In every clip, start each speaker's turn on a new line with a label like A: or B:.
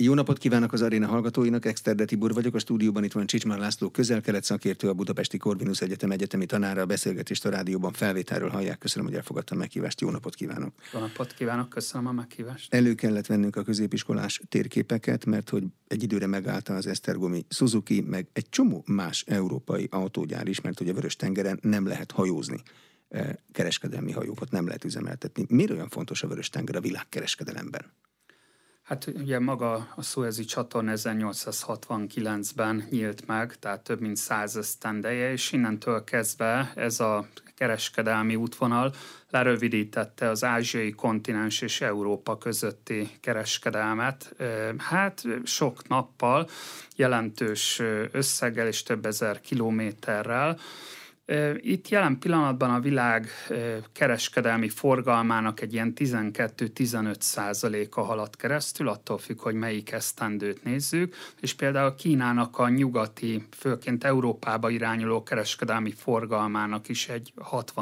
A: Jó napot kívánok az aréna hallgatóinak, Exterde Tibor vagyok, a stúdióban itt van Csicsmar László, közel-kelet szakértő, a Budapesti Corvinus Egyetem egyetemi tanára, a beszélgetést a rádióban felvételről hallják. Köszönöm, hogy elfogadtam meghívást, jó napot kívánok!
B: Jó napot kívánok, köszönöm a meghívást!
A: Elő kellett vennünk a középiskolás térképeket, mert hogy egy időre megállta az esztergomi Suzuki, meg egy csomó más európai autógyár is, mert hogy a Vörös-tengeren nem lehet hajózni. Kereskedelmi hajókat nem lehet üzemeltetni. Miért olyan fontos a Vörös-tenger a világkereskedelemben?
B: Hát ugye maga a Szuezi csatorna 1869-ben nyílt meg, tehát több mint 100 esztendeje, és innentől kezdve ez a kereskedelmi útvonal lerövidítette az ázsiai kontinens és Európa közötti kereskedelmet. Hát sok nappal, jelentős összeggel és több ezer kilométerrel. Itt jelen pillanatban a világ kereskedelmi forgalmának egy ilyen 12-15%-a halad keresztül, attól függ, hogy melyik esztendőt nézzük, és például Kínának a nyugati, főként Európába irányuló kereskedelmi forgalmának is egy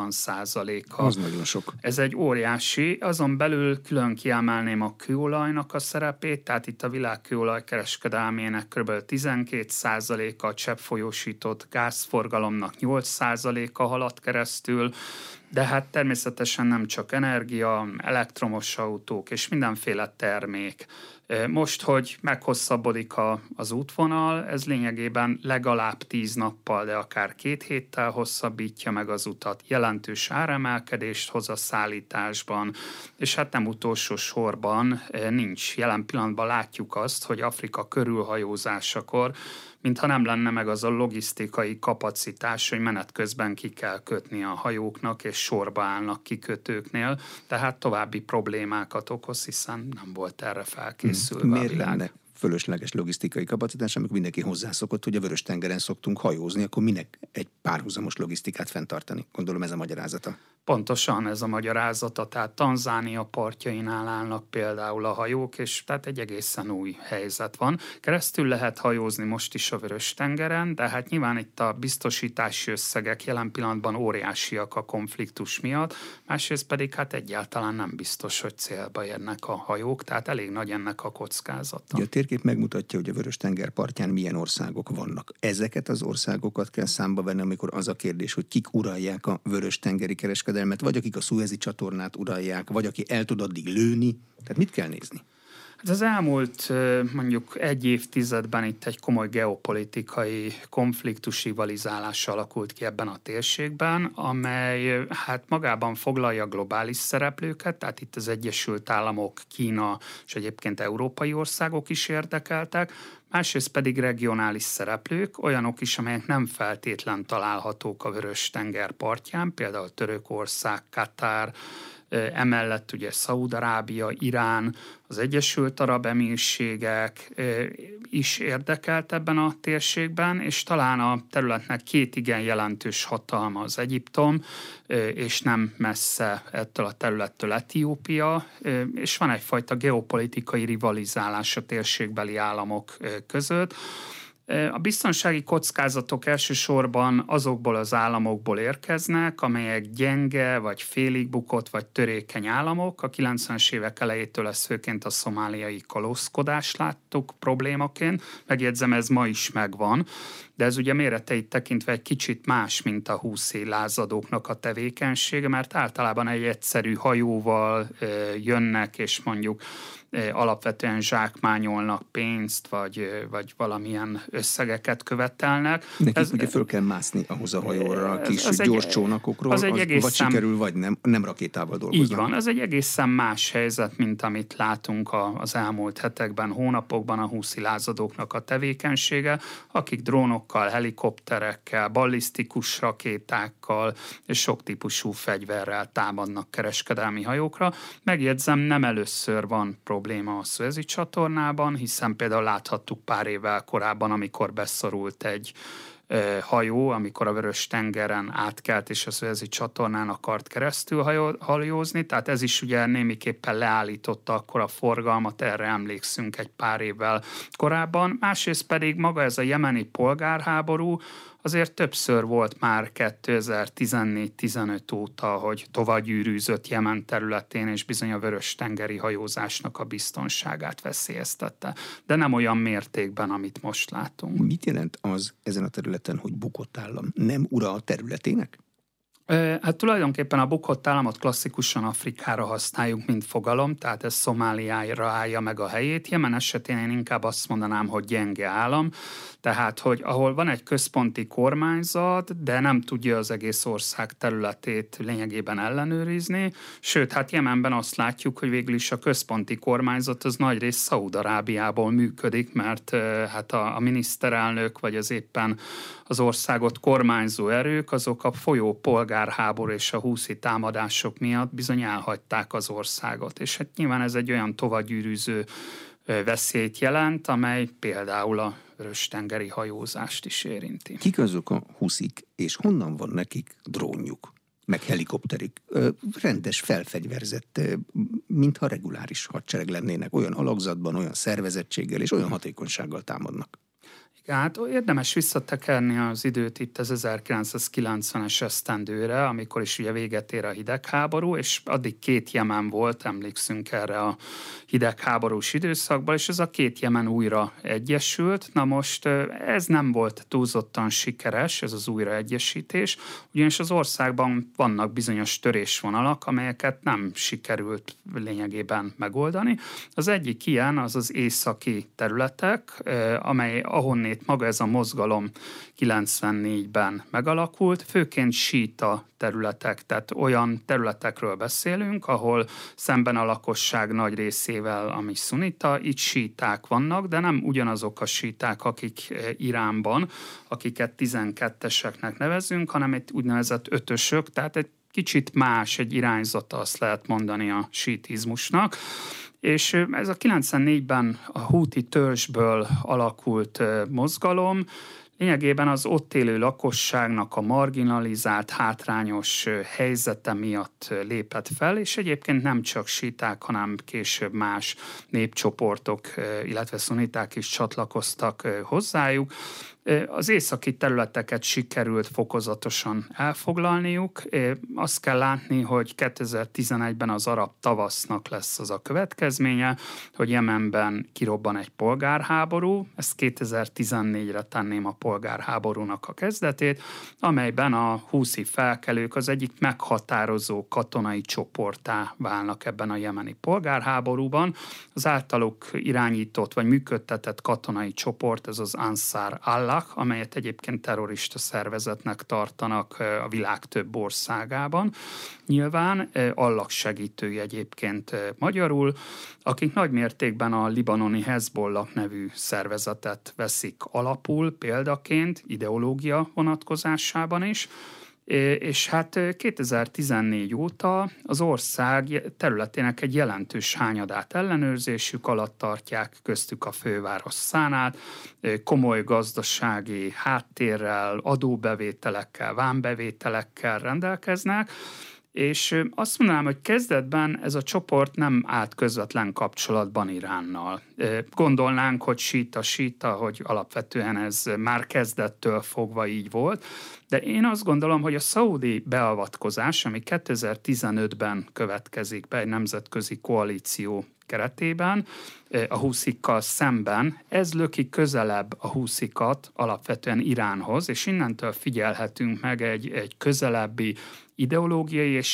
B: 60%-a.
A: Az nagyon sok.
B: Ez egy óriási, azon belül külön kiemelném a kőolajnak a szerepét, tehát itt a világ kőolaj kereskedelmének kb. 12%-a, a cseppfolyósított gázforgalomnak 8%-a halad keresztül, de hát természetesen nem csak energia, elektromos autók és mindenféle termék. Most, hogy meghosszabbodik az útvonal, ez lényegében legalább 10 nappal, de akár 2 héttel hosszabbítja meg az utat, jelentős áremelkedést hoz a szállításban, és hát nem utolsó sorban nincs. Jelen pillanatban látjuk azt, hogy Afrika körülhajózásakor mintha nem lenne meg az a logisztikai kapacitás, hogy menet közben ki kell kötni a hajóknak, és sorba állnak kikötőknél, tehát további problémákat okoz, hiszen nem volt erre felkészülve a
A: Miért
B: világ.
A: lenne fölösleges logisztikai kapacitás, amikor mindenki hozzászokott, hogy a Vörös-tengeren szoktunk hajózni, akkor minek egy párhuzamos logisztikát fenntartani? Gondolom ez a magyarázata.
B: Pontosan ez a magyarázata, tehát Tanzánia partjainál állnak például a hajók, és tehát egy egészen új helyzet van. Keresztül lehet hajózni most is a Vörös-tengeren, de hát nyilván itt a biztosítási összegek jelen pillanatban óriásiak a konfliktus miatt, másrészt pedig hát egyáltalán nem biztos, hogy célba érnek a hajók, tehát elég nagy ennek a kockázata.
A: A térkép megmutatja, hogy a Vörös-tenger partján milyen országok vannak. Ezeket az országokat kell számba venni, amikor az a kérdés, hogy kik uralják a Vörös-tengeri kereskedelmet, vagy akik a Szuezi csatornát uralják, vagy aki el tud addig lőni. Tehát mit kell nézni?
B: Hát az elmúlt mondjuk egy évtizedben itt egy komoly geopolitikai konfliktus rivalizálás alakult ki ebben a térségben, amely hát magában foglalja globális szereplőket, tehát itt az Egyesült Államok, Kína és egyébként európai országok is érdekeltek, másrészt pedig regionális szereplők, olyanok is, amelyek nem feltétlen találhatók a Vörös-tenger partján, például Törökország, Katár, emellett ugye Szaúd-Arábia, Irán, az Egyesült Arab Emírségek is érdekelt ebben a térségben, és talán a területnek 2 igen jelentős hatalma az Egyiptom, és nem messze ettől a területtől Etiópia, és van egyfajta geopolitikai rivalizálás a térségbeli államok között. A biztonsági kockázatok elsősorban azokból az államokból érkeznek, amelyek gyenge, vagy félig bukott, vagy törékeny államok. A 90-es évek elejétől ezt főként a szomáliai kalózkodást láttuk problémaként. Megjegyzem, ez ma is megvan, de ez ugye méreteit tekintve egy kicsit más, mint a húszéj lázadóknak a tevékenysége, mert általában egy egyszerű hajóval jönnek, és mondjuk alapvetően zsákmányolnak pénzt, vagy valamilyen összegeket követelnek.
A: Nekik ugye föl kell mászni ahhoz a hajóra, a kis gyors csónakokról, vagy sikerül, vagy nem rakétával dolgoznak.
B: Így van, ez egy egészen más helyzet, mint amit látunk az elmúlt hetekben, hónapokban a húszi lázadóknak a tevékenysége, akik drónokkal, helikopterekkel, ballisztikus rakétákkal és sok típusú fegyverrel támadnak kereskedelmi hajókra. Megjegyzem, nem először van probléma a Szuezi csatornában, hiszen például láthattuk pár évvel korábban, amikor beszorult egy hajó, amikor a Vörös-tengeren átkelt és a Szuezi csatornán akart keresztül hajózni, tehát ez is ugye némiképpen leállította akkor a forgalmat, erre emlékszünk egy pár évvel korábban. Másrészt pedig maga ez a jemeni polgárháború, azért többször volt már 2014-15 óta, hogy tovagyűrűzött Jemen területén, és bizony a vörös-tengeri hajózásnak a biztonságát veszélyeztette. De nem olyan mértékben, amit most látunk.
A: Mit jelent az ezen a területen, hogy bukott állam? Nem ura a területének?
B: Hát tulajdonképpen a bukott államot klasszikusan Afrikára használjuk, mint fogalom, tehát ez Szomáliára állja meg a helyét. Jemen esetén én inkább azt mondanám, hogy gyenge állam, tehát hogy ahol van egy központi kormányzat, de nem tudja az egész ország területét lényegében ellenőrizni, sőt, hát Jemenben azt látjuk, hogy végül is a központi kormányzat az nagyrészt Szaúd-Arábiából működik, mert hát a miniszterelnök, vagy az éppen az országot kormányzó erők, azok a folyó polgárháború és a húszi támadások miatt bizony elhagyták az országot. És hát nyilván ez egy olyan tovagyűrűző veszélyt jelent, amely például a vörös-tengeri hajózást is érinti.
A: Kik azok a huszik, és honnan van nekik drónjuk, meg helikopterik? Rendes, felfegyverzett, mintha reguláris hadsereg lennének, olyan alakzatban, olyan szervezettséggel és olyan hatékonysággal támadnak.
B: Hát érdemes visszatekerni az időt itt az 1990-es esztendőre, amikor is ugye véget ér a hidegháború, és addig 2 Jemen volt, emlékszünk erre a hidegháborús időszakban, és ez a 2 Jemen újra egyesült. Na most ez nem volt túlzottan sikeres, ez az újraegyesítés, ugyanis az országban vannak bizonyos törésvonalak, amelyeket nem sikerült lényegében megoldani. Az egyik ilyen az az északi területek, ahonnét maga ez a mozgalom 94-ben megalakult, főként síta területek, tehát olyan területekről beszélünk, ahol szemben a lakosság nagy részével, ami szunita, itt síták vannak, de nem ugyanazok a síták, akik Iránban, akiket 12-eseknek nevezünk, hanem egy úgynevezett ötösök, tehát egy kicsit más, egy irányzata, azt lehet mondani a sítizmusnak. És ez a 94-ben a húti törzsből alakult mozgalom lényegében az ott élő lakosságnak a marginalizált, hátrányos helyzete miatt lépett fel, és egyébként nem csak síták, hanem később más népcsoportok, illetve szuniták is csatlakoztak hozzájuk. Az északi területeket sikerült fokozatosan elfoglalniuk. Azt kell látni, hogy 2011-ben az arab tavasznak lesz az a következménye, hogy Jemenben kirobban egy polgárháború, ezt 2014-re tenném a polgárháborúnak a kezdetét, amelyben a húszi felkelők az egyik meghatározó katonai csoporttá válnak ebben a jemeni polgárháborúban. Az általuk irányított vagy működtetett katonai csoport, ez az Ansar Allah, amelyet egyébként terrorista szervezetnek tartanak a világ több országában. Nyilván Allah segítői egyébként magyarul, akik nagy mértékben a libanoni Hezbollah nevű szervezetet veszik alapul példaként, ideológia vonatkozásában is, és hát 2014 óta az ország területének egy jelentős hányadát ellenőrzésük alatt tartják, köztük a főváros Szánát, komoly gazdasági háttérrel, adóbevételekkel, vámbevételekkel rendelkeznek, és azt mondanám, hogy kezdetben ez a csoport nem állt közvetlen kapcsolatban Iránnal. Gondolnánk, hogy síta, hogy alapvetően ez már kezdettől fogva így volt, de én azt gondolom, hogy a szaudi beavatkozás, ami 2015-ben következik be egy nemzetközi koalíció keretében, a huszikkal szemben, ez löki közelebb a huszikat alapvetően Iránhoz, és innentől figyelhetünk meg egy közelebbi ideológiai és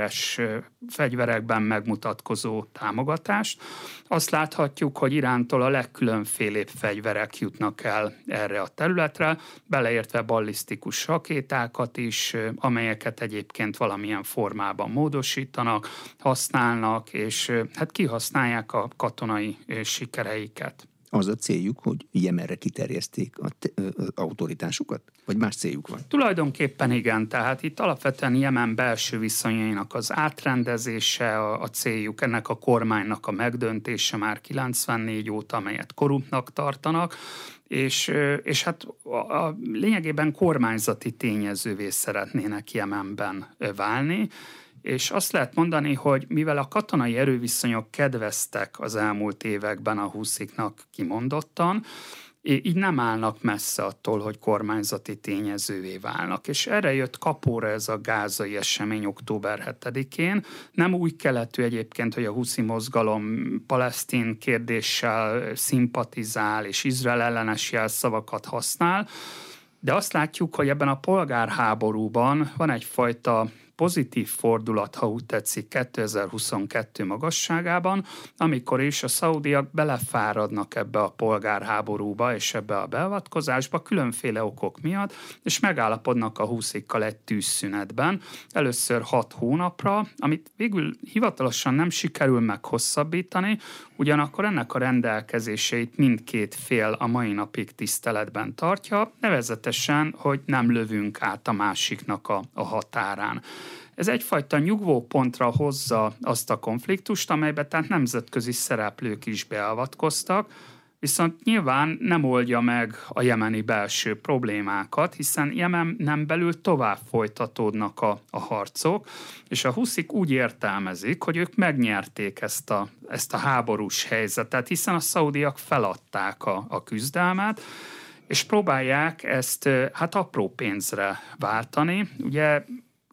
B: fegyverekben megmutatkozó támogatást. Azt láthatjuk, hogy Irántól a legkülönfélébb fegyverek jutnak el erre a területre, beleértve ballisztikus rakétákat is, amelyeket egyébként valamilyen formában módosítanak, használnak, és hát kihasználják a katonai sikereiket.
A: Az a céljuk, hogy Jemenre kiterjeszték az autoritásukat? Vagy más céljuk van?
B: Tulajdonképpen igen, tehát itt alapvetően Jemen belső viszonyainak az átrendezése a céljuk, ennek a kormánynak a megdöntése már 94 óta, amelyet korruptnak tartanak, és hát lényegében kormányzati tényezővé szeretnének Jemenben válni, És azt lehet mondani, hogy mivel a katonai erőviszonyok kedveztek az elmúlt években a husziknak kimondottan, így nem állnak messze attól, hogy kormányzati tényezővé válnak. És erre jött kapóra ez a gázai esemény október 7-én. Nem új keletű egyébként, hogy a huszi mozgalom palesztin kérdéssel szimpatizál és Izrael ellenes jelszavakat használ, de azt látjuk, hogy ebben a polgárháborúban van egyfajta pozitív fordulat, ha úgy tetszik, 2022 magasságában, amikor is a szaudiak belefáradnak ebbe a polgárháborúba és ebbe a beavatkozásba különféle okok miatt, és megállapodnak a huszikkal egy tűzszünetben, először 6 hónapra, amit végül hivatalosan nem sikerül meghosszabbítani, ugyanakkor ennek a rendelkezéseit mindkét fél a mai napig tiszteletben tartja, nevezetesen, hogy nem lövünk át a másiknak a határán. Ez egyfajta nyugvópontra hozza azt a konfliktust, amelybe tehát nemzetközi szereplők is beavatkoztak, viszont nyilván nem oldja meg a jemeni belső problémákat, hiszen Jemenen belül tovább folytatódnak a harcok, és a huszik úgy értelmezik, hogy ők megnyerték ezt a háborús helyzetet, hiszen a szaudiak feladták a küzdelmet, és próbálják ezt hát apró pénzre váltani. Ugye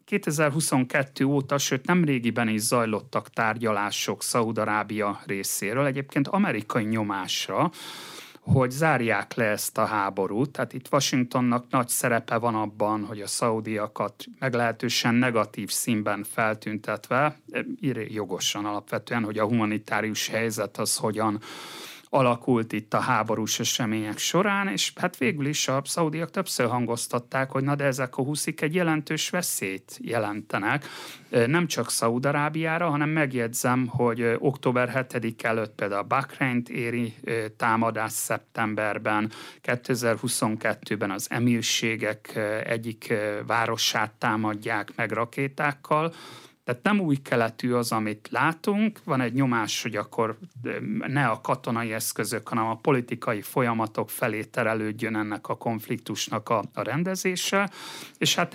B: 2022 óta, sőt nemrégiben is zajlottak tárgyalások Szaúd-Arábia részéről, egyébként amerikai nyomásra, hogy zárják le ezt a háborút. Tehát itt Washingtonnak nagy szerepe van abban, hogy a szaudiakat meglehetősen negatív színben feltüntetve, jogosan alapvetően, hogy a humanitárius helyzet az hogyan alakult itt a háborús események során, és hát végül is a szaudiak többször hangoztatták, hogy na de ezek a huszik egy jelentős veszélyt jelentenek, nem csak Szaúd-Arábiára, hanem megjegyzem, hogy október 7 előtt például Bahreint éri támadás szeptemberben, 2022-ben az emírségek egyik városát támadják meg rakétákkal. Tehát nem új keletű az, amit látunk, van egy nyomás, hogy akkor ne a katonai eszközök, hanem a politikai folyamatok felé terelődjön ennek a konfliktusnak a rendezése, és hát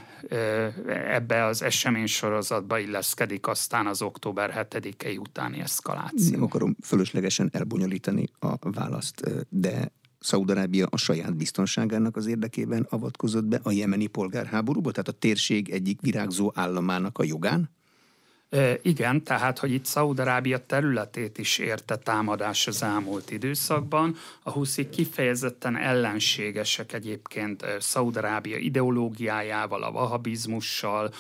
B: ebbe az eseménysorozatba illeszkedik aztán az október 7-i utáni eszkaláció.
A: Nem akarom fölöslegesen elbonyolítani a választ, de Szaúd-Arábia a saját biztonságának az érdekében avatkozott be a jemeni polgárháborúba, tehát a térség egyik virágzó államának a jogán?
B: Igen, tehát, hogy itt Szaúd-Arábia területét is érte támadás az elmúlt időszakban. A huszik kifejezetten ellenségesek egyébként Szaúd-Arábia ideológiájával, a vahabizmussal,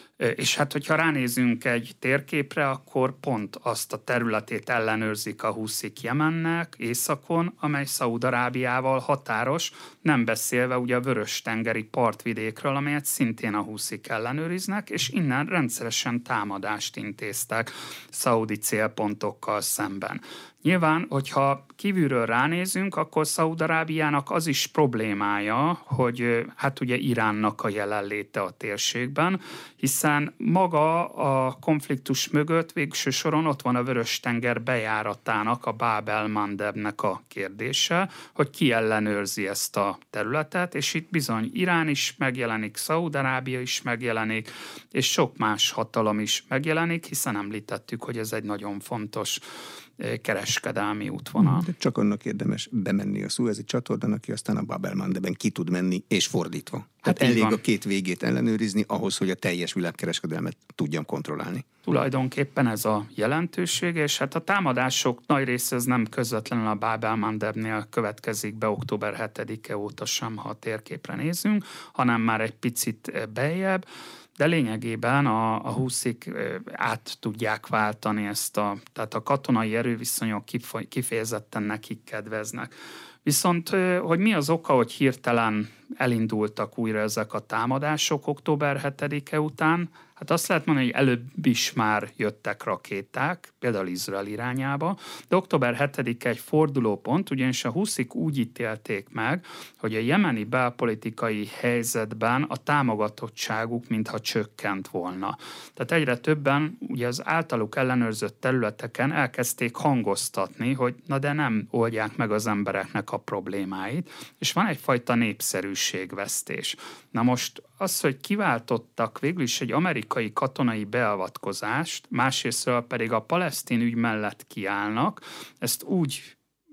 B: és hát, hogyha ránézünk egy térképre, akkor pont azt a területét ellenőrzik a huszik Jemennek, északon, amely Szaúd-Arábiával határos, nem beszélve ugye a Vörös-tengeri partvidékről, amelyet szintén a huszik ellenőriznek, és innen rendszeresen támadást intéztek szaudi célpontokkal szemben. Nyilván, hogyha kívülről ránézünk, akkor Szaúd-Arábiának az is problémája, hogy hát ugye Iránnak a jelenléte a térségben, hiszen maga a konfliktus mögött végső soron ott van a Vörös-tenger bejáratának, a Bab el-Mandebnek a kérdése, hogy ki ellenőrzi ezt a területet, és itt bizony Irán is megjelenik, Szaúd-Arábia is megjelenik, és sok más hatalom is megjelenik, hiszen említettük, hogy ez egy nagyon fontos kereskedelmi útvonal.
A: De csak annak érdemes bemenni a Szuezi csatornán, aki aztán a Bab el-Mandeben ki tud menni, és fordítva. Tehát elég a két végét ellenőrizni ahhoz, hogy a teljes világkereskedelmet tudjam kontrollálni.
B: Tulajdonképpen ez a jelentőség, és hát a támadások nagy része ez nem közvetlenül a Bab el-Mandebnél következik be október 7-e óta sem, ha a térképre nézünk, hanem már egy picit beljebb, de lényegében a huszik át tudják váltani tehát a katonai erőviszonyok kifejezetten nekik kedveznek. Viszont, hogy mi az oka, hogy hirtelen elindultak újra ezek a támadások október 7-e után? Hát azt lehet mondani, hogy előbb is már jöttek rakéták, például Izrael irányába, de október 7-e egy fordulópont, ugyanis a huszik úgy ítélték meg, hogy a jemeni belpolitikai helyzetben a támogatottságuk mintha csökkent volna. Tehát egyre többen ugye az általuk ellenőrzött területeken elkezdték hangoztatni, hogy na de nem oldják meg az embereknek a problémáit, és van egyfajta népszerűségvesztés. Na most az, hogy kiváltottak végül is egy amerikai katonai beavatkozást, másrésztről pedig a palesztin ügy mellett kiállnak, ezt úgy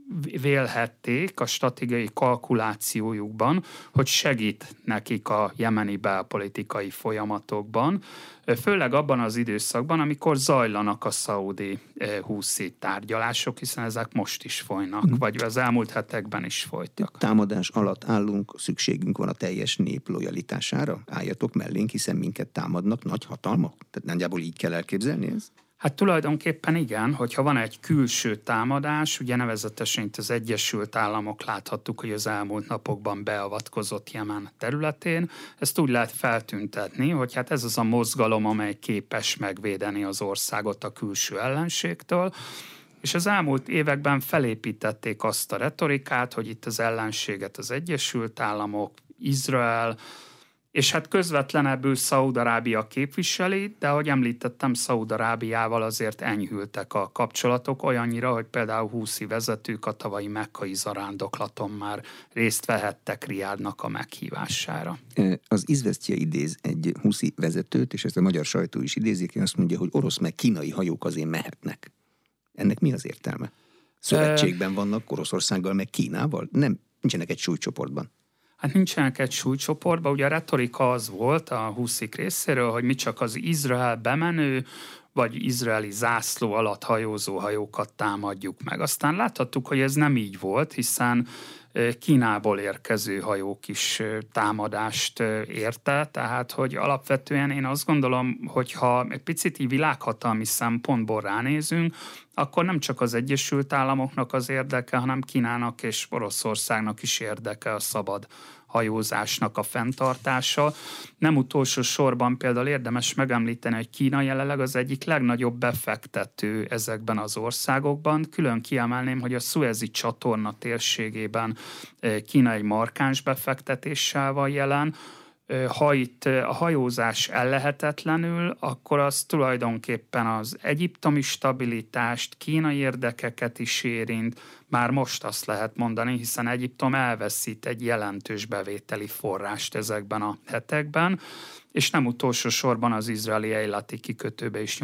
B: vélhették a stratégiai kalkulációjukban, hogy segít nekik a jemeni belpolitikai folyamatokban, főleg abban az időszakban, amikor zajlanak a szaudi húszi tárgyalások, hiszen ezek most is folynak, vagy az elmúlt hetekben is folytak.
A: Támadás alatt állunk, szükségünk van a teljes nép lojalitására? Álljatok mellénk, hiszen minket támadnak nagy hatalmak? Tehát nagyjából így kell elképzelni ezt?
B: Hát tulajdonképpen igen, hogyha van egy külső támadás, ugye nevezetesen itt az Egyesült Államok láthattuk, hogy az elmúlt napokban beavatkozott Jemen területén, ezt úgy lehet feltüntetni, hogy hát ez az a mozgalom, amely képes megvédeni az országot a külső ellenségtől, és az elmúlt években felépítették azt a retorikát, hogy itt az ellenséget az Egyesült Államok, Izrael, és hát közvetlenebbül Szaúd-Arábia képviseli, de ahogy említettem, Szaúd-Arábiával azért enyhültek a kapcsolatok olyannyira, hogy például húszi vezetők a tavalyi mekkai zarándoklaton már részt vehettek Riádnak a meghívására.
A: Az Izvesztje idéz egy húszi vezetőt, és ezt a magyar sajtó is idézi, aki azt mondja, hogy orosz meg kínai hajók azért mehetnek. Ennek mi az értelme? Szövetségben vannak Oroszországgal meg Kínával? Nem, nincsenek egy súlycsoportban.
B: Hát nincsenek egy súlycsoportban, ugye a retorika az volt a húszik részéről, hogy mi csak az Izrael bemenő, vagy izraeli zászló alatt hajózó hajókat támadjuk meg. Aztán láthattuk, hogy ez nem így volt, hiszen Kínából érkező hajók is támadást érte, tehát hogy alapvetően én azt gondolom, hogy ha egy picit így világhatalmi szempontból ránézünk, akkor nem csak az Egyesült Államoknak az érdeke, hanem Kínának és Oroszországnak is érdeke a szabad hajózásnak a fenntartása. Nem utolsó sorban például érdemes megemlíteni, hogy Kína jelenleg az egyik legnagyobb befektető ezekben az országokban. Külön kiemelném, hogy a Szuezi csatorna térségében Kína egy markáns befektetéssel van jelen. Ha itt a hajózás ellehetetlenül, akkor az tulajdonképpen az egyiptomi stabilitást, kínai érdekeket is érint. Már most azt lehet mondani, hiszen Egyiptom elveszít egy jelentős bevételi forrást ezekben a hetekben, és nem utolsó sorban az izraeli Eilati kikötőbe is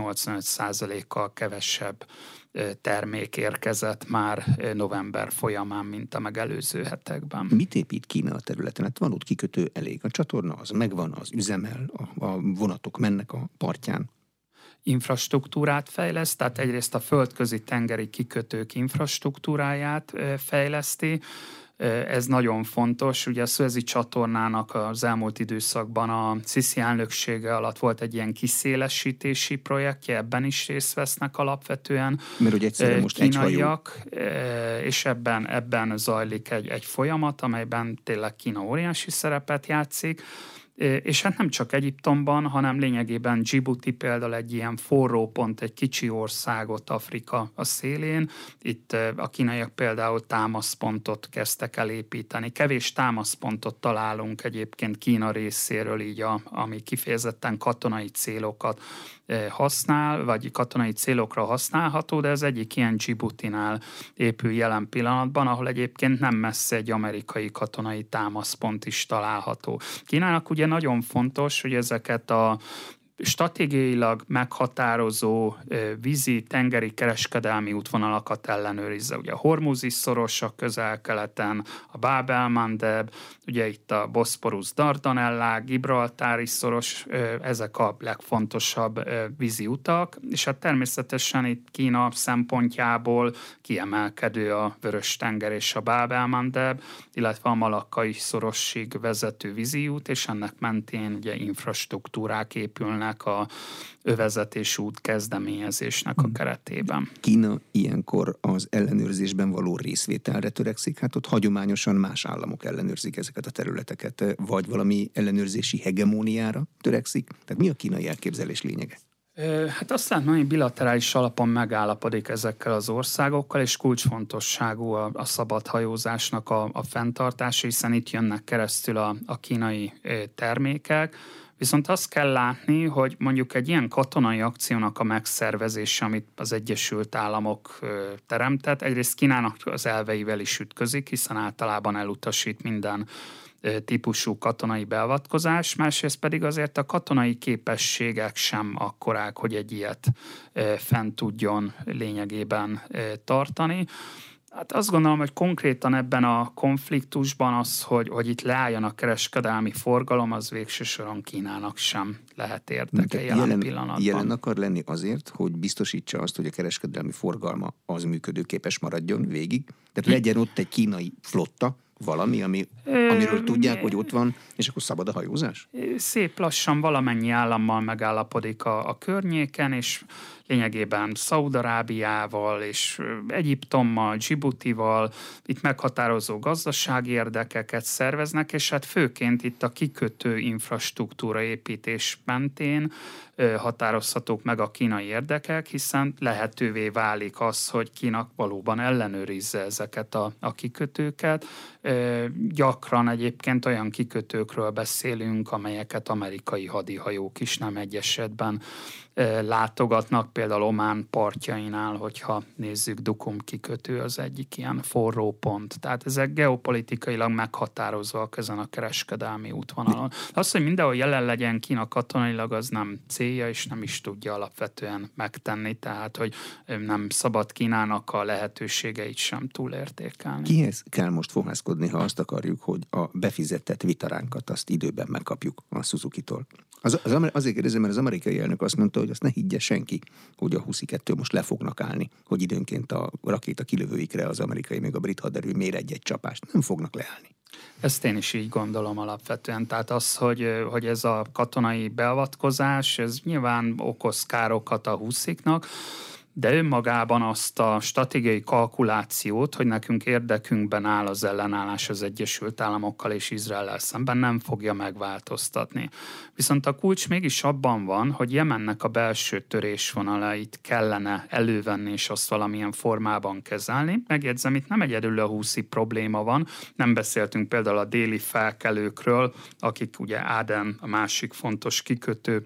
B: 85%-kal kevesebb termék érkezett már november folyamán, mint a megelőző hetekben.
A: Mit épít Kína a területen? Hát van ott kikötő elég. A csatorna az megvan, az üzemel, a vonatok mennek a partján.
B: Infrastruktúrát fejleszt, tehát egyrészt a földközi tengeri kikötők infrastruktúráját fejleszti. Ez nagyon fontos. Ugye a Szuezi csatornának az elmúlt időszakban a Sziszi elnöksége alatt volt egy ilyen kiszélesítési projektje, ebben is részt vesznek alapvetően.
A: Mert hogy egyszerűen most
B: kínaiak, és ebben zajlik egy folyamat, amelyben tényleg Kína óriási szerepet játszik. És hát nem csak Egyiptomban, hanem lényegében Djibouti például egy ilyen forró pont, egy kicsi országot Afrika a szélén. Itt a kínaiak például támaszpontot kezdtek el építeni. Kevés támaszpontot találunk egyébként Kína részéről, így ami kifejezetten katonai célokat használ, vagy katonai célokra használható, de ez egyik ilyen Djiboutinál épül jelen pillanatban, ahol egyébként nem messze egy amerikai katonai támaszpont is található. Kínának ugye nagyon fontos, hogy ezeket a stratégiailag meghatározó vízi, tengeri kereskedelmi útvonalakat ellenőrizze. Ugye a Hormuzi szoros a közel-keleten, a Bab el-Mandeb, ugye itt a Boszporusz-Dardanellák, Gibraltári szoros, ezek a legfontosabb vízi utak, és hát természetesen itt Kína szempontjából kiemelkedő a Vörös-tenger és a Bab el-Mandeb, illetve a malakkai szorosig vezető vízi út, és ennek mentén ugye infrastruktúrák épülnek a övezetés út kezdeményezésnek a keretében.
A: Kína ilyenkor az ellenőrzésben való részvételre törekszik, hát ott hagyományosan más államok ellenőrzik ezeket a területeket, vagy valami ellenőrzési hegemóniára törekszik? Tehát mi a kínai elképzelés lényege?
B: Hát azt látom, hogy bilaterális alapon megállapodik ezekkel az országokkal, és kulcsfontosságú a szabad hajózásnak a fenntartása, hiszen itt jönnek keresztül a kínai termékek. Viszont azt kell látni, hogy mondjuk egy ilyen katonai akciónak a megszervezése, amit az Egyesült Államok teremtett, egyrészt Kínának az elveivel is ütközik, hiszen általában elutasít minden típusú katonai beavatkozás, másrészt pedig azért a katonai képességek sem akkorák, hogy egy ilyet fent tudjon lényegében tartani. Hát azt gondolom, hogy konkrétan ebben a konfliktusban az, hogy itt leálljon a kereskedelmi forgalom, az végső soron Kínának sem lehet érdeke jelen pillanatban.
A: Jelen akar lenni azért, hogy biztosítsa azt, hogy a kereskedelmi forgalma az működőképes maradjon végig. Tehát legyen ott egy kínai flotta, valami, amiről tudják, hogy ott van, és akkor szabad a hajózás?
B: Szép lassan valamennyi állammal megállapodik a környéken, és lényegében Szaúd-Arábiával és Egyiptommal, Dzsibutival itt meghatározó gazdasági érdekeket szerveznek, és hát főként itt a kikötő infrastruktúra építés mentén határozhatók meg a kínai érdekek, hiszen lehetővé válik az, hogy Kína valóban ellenőrizze ezeket a kikötőket. Gyakran egyébként olyan kikötőkről beszélünk, amelyeket amerikai hadihajók is nem egy esetben látogatnak, például Omán partjainál, hogyha nézzük, Dukum kikötő az egyik ilyen forró pont. Tehát ezek geopolitikailag meghatározóak ezen a kereskedelmi útvonalon. Az, hogy mindenhol jelen legyen Kína katonailag, az nem célja, és nem is tudja alapvetően megtenni, tehát, hogy nem szabad Kínának a lehetőségeit sem túlértékelni.
A: Kihez kell most fohászkodni, ha azt akarjuk, hogy a befizetett vitaránkat azt időben megkapjuk a Suzuki-tól? Azért kérdezem, mert az amerikai elnök azt mondta, hogy azt ne higgye senki, hogy a 22 most le fognak állni, hogy időnként a rakéta kilövőikre az amerikai meg a brit haderő mér egy-egy csapást. Nem fognak leállni.
B: Ezt én is így gondolom alapvetően. Tehát az, hogy ez a katonai beavatkozás, ez nyilván okoz károkat a husziknak, de önmagában azt a stratégiai kalkulációt, hogy nekünk érdekünkben áll az ellenállás az Egyesült Államokkal és Izraellel szemben, nem fogja megváltoztatni. Viszont a kulcs mégis abban van, hogy Jemennek a belső törésvonalait kellene elővenni és azt valamilyen formában kezelni. Megjegyzem, itt nem egyedül a húszi probléma van, nem beszéltünk például a déli felkelőkről, akik ugye Áden, a másik fontos kikötő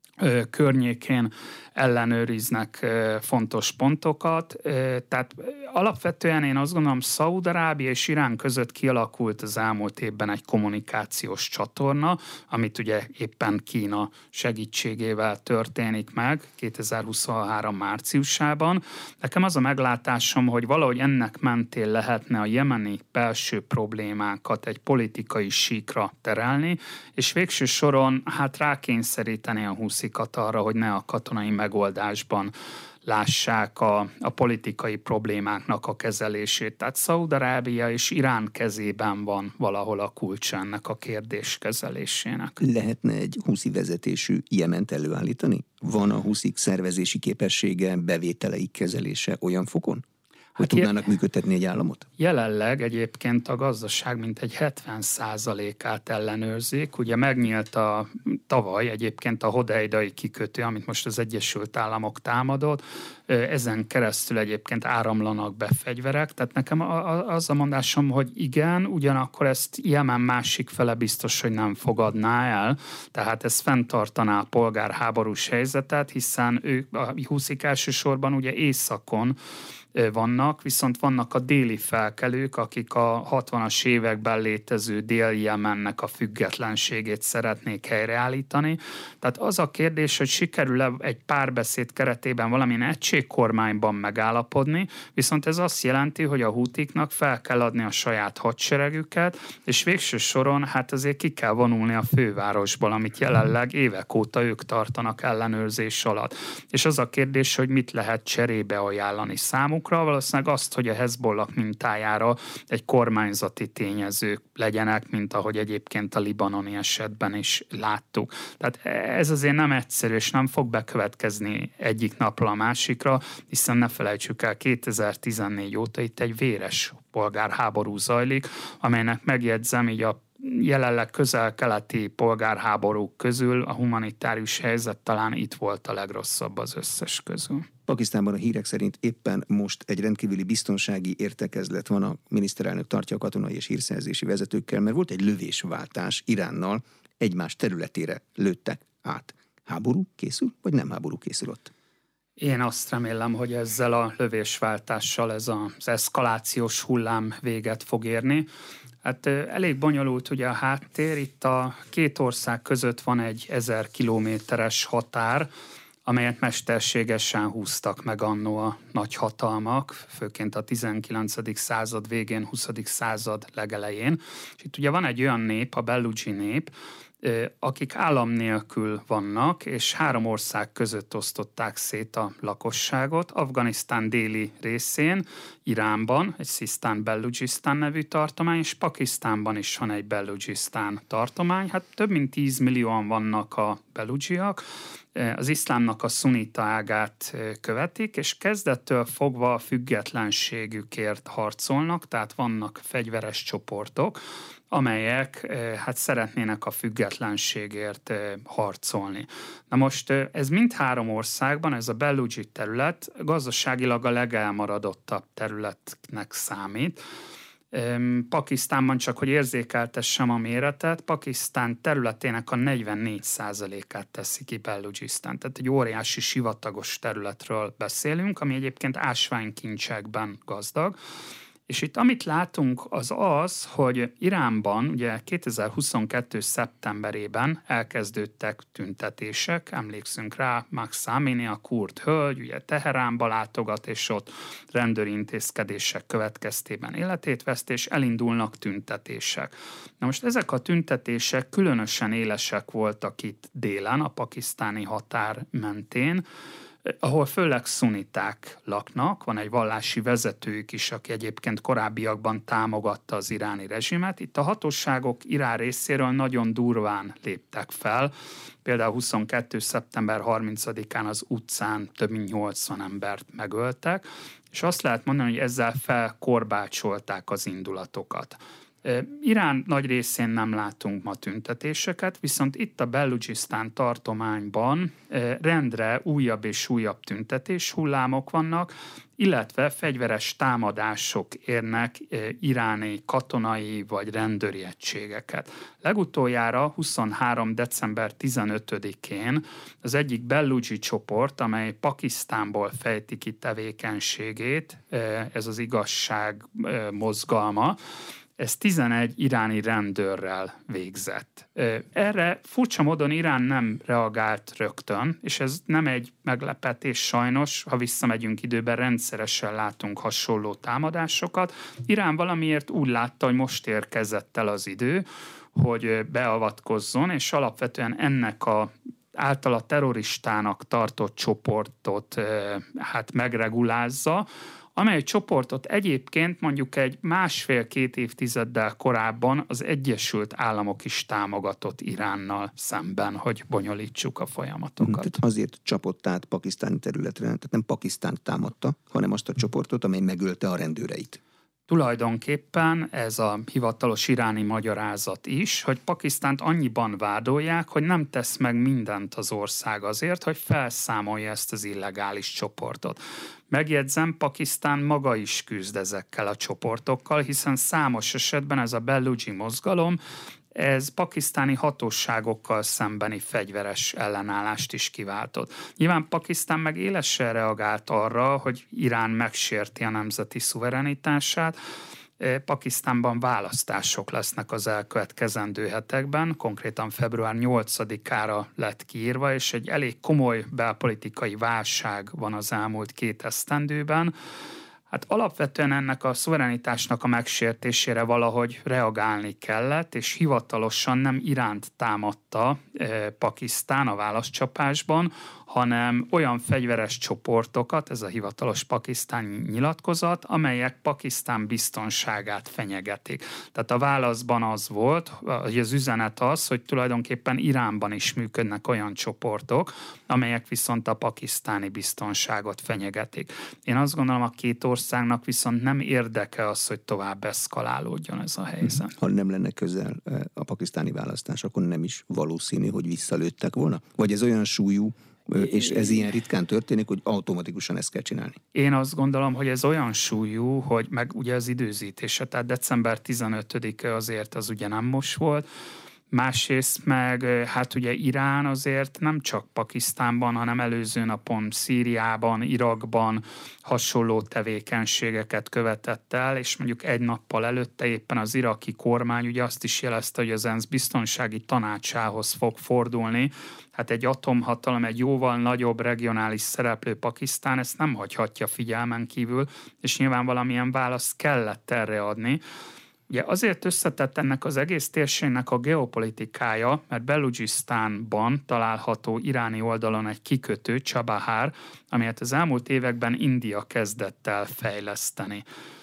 B: környékén ellenőriznek fontos pontokat. Tehát alapvetően én azt gondolom, Szaúd-Arábia és Irán között kialakult az elmúlt évben egy kommunikációs csatorna, amit ugye éppen Kína segítségével történik meg 2023 márciusában. Nekem az a meglátásom, hogy valahogy ennek mentén lehetne a jemeni belső problémákat egy politikai síkra terelni, és végső soron hát rákényszeríteni a huszikat arra, hogy ne a katonai megoldásban lássák a politikai problémáknak a kezelését. Tehát Szaúd-Arábia és Irán kezében van valahol a kulcs ennek a kérdés kezelésének.
A: Lehetne egy huszi vezetésű Jement előállítani? Van a huszik szervezési képessége, bevételeik kezelése olyan fokon, hogy tudnának működtetni egy államot?
B: Jelenleg egyébként a gazdaság mintegy 70%-át ellenőrzik. Ugye megnyílt tavaly egyébként a hodeidai kikötő, amit most az Egyesült Államok támadott. Ezen keresztül egyébként áramlanak be fegyverek. Tehát nekem az a mondásom, hogy igen, ugyanakkor ezt Jemen másik fele biztos, hogy nem fogadná el. Tehát ez fenntartaná a polgárháborús helyzetet, hiszen ők, a huszik elsősorban ugye északon vannak, viszont vannak a déli felkelők, akik a 60-as években létező Dél-Jemennek a függetlenségét szeretnék helyreállítani. Tehát az a kérdés, hogy sikerül-e egy párbeszéd keretében valamilyen egységkormányban megállapodni, viszont ez azt jelenti, hogy a hútiknak fel kell adni a saját hadseregüket, és végső soron hát azért ki kell vonulni a fővárosból, amit jelenleg évek óta ők tartanak ellenőrzés alatt. És az a kérdés, hogy mit lehet cserébe ajánlani számukra, valószínűleg azt, hogy a Hezbollah mintájára egy kormányzati tényezők legyenek, mint ahogy egyébként a libanoni esetben is láttuk. Tehát ez azért nem egyszerű, és nem fog bekövetkezni egyik napra a másikra, hiszen ne felejtsük el, 2014 óta itt egy véres polgárháború zajlik, amelynek megjegyzem, így a jelenleg közel-keleti polgárháborúk közül a humanitárius helyzet talán itt volt a legrosszabb az összes közül.
A: Pakisztánban a hírek szerint éppen most egy rendkívüli biztonsági értekezlet van, a miniszterelnök tartja a katonai és hírszerzési vezetőkkel, mert volt egy lövésváltás Iránnal, egymás területére lőttek át. Háború készül, vagy nem háború készül ott?
B: Én azt remélem, hogy ezzel a lövésváltással ez az eszkalációs hullám véget fog érni. Hát elég bonyolult ugye a háttér. Itt a két ország között van egy 1000 kilométeres határ, amelyet mesterségesen húztak meg annó a nagyhatalmak, főként a 19. század végén, 20. század legelején. És itt ugye van egy olyan nép, a Beludzsi nép, akik állam nélkül vannak, és 3 ország között osztották szét a lakosságot. Afganisztán déli részén, Iránban egy Szisztán-Beludzsisztán nevű tartomány, és Pakisztánban is van egy Beludzsisztán tartomány. Hát több mint 10 millióan vannak a beludzsiak, az iszlámnak a szunita ágát követik, és kezdettől fogva a függetlenségükért harcolnak, tehát vannak fegyveres csoportok, amelyek hát szeretnének a függetlenségért harcolni. Na most ez mindhárom országban, ez a Beludzsi terület gazdaságilag a legelmaradottabb területnek számít. Pakisztánban, csak hogy érzékeltessem a méretet, Pakisztán területének a 44%-át teszi ki Beludzsisztán. Tehát egy óriási sivatagos területről beszélünk, ami egyébként ásványkincsekben gazdag. És itt amit látunk az, hogy Iránban ugye 2022. szeptemberében elkezdődtek tüntetések, emlékszünk rá, Mahsa Amini, a kurd hölgy, ugye Teheránba látogat, és ott rendőri intézkedések következtében életét veszt, és elindulnak tüntetések. Na most ezek a tüntetések különösen élesek voltak itt délen, a pakisztáni határ mentén, ahol főleg szuniták laknak, van egy vallási vezetőjük is, aki egyébként korábbiakban támogatta az iráni rezsimet. Itt a hatóságok Irán részéről nagyon durván léptek fel. Például 22. szeptember 30-án az utcán több mint 80 embert megöltek, és azt lehet mondani, hogy ezzel felkorbácsolták az indulatokat. Irán nagy részén nem látunk ma tüntetéseket, viszont itt a Beludzsisztán tartományban rendre újabb és újabb tüntetés hullámok vannak, illetve fegyveres támadások érnek iráni katonai vagy rendőri egységeket. Legutoljára 23. december 15-én az egyik Beludzsi csoport, amely Pakisztánból fejti ki tevékenységét, ez az igazság mozgalma, ez 11 iráni rendőrrel végzett. Erre furcsa módon Irán nem reagált rögtön, és ez nem egy meglepetés sajnos, ha visszamegyünk időben, rendszeresen látunk hasonló támadásokat. Irán valamiért úgy látta, hogy most érkezett el az idő, hogy beavatkozzon, és alapvetően ennek a általa terroristának tartott csoportot hát megregulázza, amely csoportot egyébként mondjuk egy 1,5-2 évtizeddel korábban az Egyesült Államok is támogatott Iránnal szemben, hogy bonyolítsuk a folyamatokat.
A: Tehát azért csapott át pakisztáni területre, tehát nem Pakisztánt támadta, hanem azt a csoportot, amely megölte a rendőreit.
B: Tulajdonképpen ez a hivatalos iráni magyarázat is, hogy Pakisztánt annyiban vádolják, hogy nem tesz meg mindent az ország azért, hogy felszámolja ezt az illegális csoportot. Megjegyzem, Pakisztán maga is küzd ezekkel a csoportokkal, hiszen számos esetben ez a Beludzsi mozgalom, ez pakisztáni hatóságokkal szembeni fegyveres ellenállást is kiváltott. Nyilván Pakisztán meg élesen reagált arra, hogy Irán megsérti a nemzeti szuverenitását. Pakisztánban választások lesznek az elkövetkezendő hetekben, konkrétan február 8-ára lett kiírva, és egy elég komoly belpolitikai válság van az elmúlt 2 esztendőben. Hát alapvetően ennek a szuverenitásnak a megsértésére valahogy reagálni kellett, és hivatalosan nem Iránt támadta Pakisztán a válaszcsapásban, hanem olyan fegyveres csoportokat, ez a hivatalos pakisztáni nyilatkozat, amelyek Pakisztán biztonságát fenyegetik. Tehát a válaszban az volt, hogy az üzenet az, hogy tulajdonképpen Iránban is működnek olyan csoportok, amelyek viszont a pakisztáni biztonságot fenyegetik. Én azt gondolom, a két országnak viszont nem érdeke az, hogy tovább eszkalálódjon ez a helyzet.
A: Ha nem lenne közel a pakisztáni választás, akkor nem is valószínű, hogy visszalőttek volna? Vagy ez olyan súlyú, és ez ilyen ritkán történik, hogy automatikusan ezt kell csinálni?
B: Én azt gondolom, hogy ez olyan súlyú, hogy meg ugye az időzítése, tehát december 15-e azért az ugye nem most volt, Másrészt meg hát ugye Irán azért nem csak Pakisztánban, hanem előző napon Szíriában, Irakban hasonló tevékenységeket követett el, és mondjuk egy nappal előtte éppen az iraki kormány ugye azt is jelezte, hogy az ENSZ biztonsági tanácsához fog fordulni. Hát egy atomhatalom, egy jóval nagyobb regionális szereplő Pakisztán ezt nem hagyhatja figyelmen kívül, és nyilván valamilyen választ kellett erre adni. Ugye azért összetett ennek az egész térségnek a geopolitikája, mert Beludzsisztánban található iráni oldalon egy kikötő, Chabahar, amelyet az elmúlt években India kezdett el fejleszteni.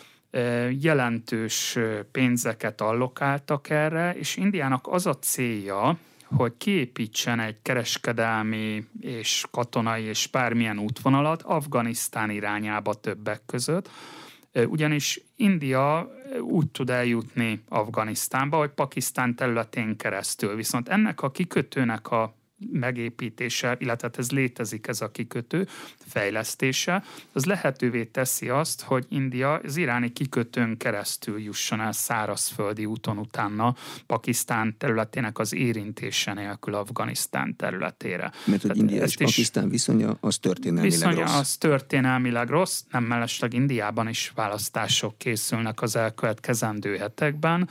B: Jelentős pénzeket allokáltak erre, és Indiának az a célja, hogy kiépítsen egy kereskedelmi és katonai és bármilyen útvonalat Afganisztán irányába többek között, ugyanis India úgy tud eljutni Afganisztánba, hogy Pakisztán területén keresztül. Viszont ennek a kikötőnek a megépítése, illetve ez létezik ez a kikötő fejlesztése, az lehetővé teszi azt, hogy India az iráni kikötőn keresztül jusson el szárazföldi úton utána Pakisztán területének az érintése nélkül Afganisztán területére.
A: Mert hogy India és Pakisztán viszonya az történelmileg rossz.
B: Az történelmileg rossz, nem mellesleg Indiában is választások készülnek az elkövetkezendő hetekben,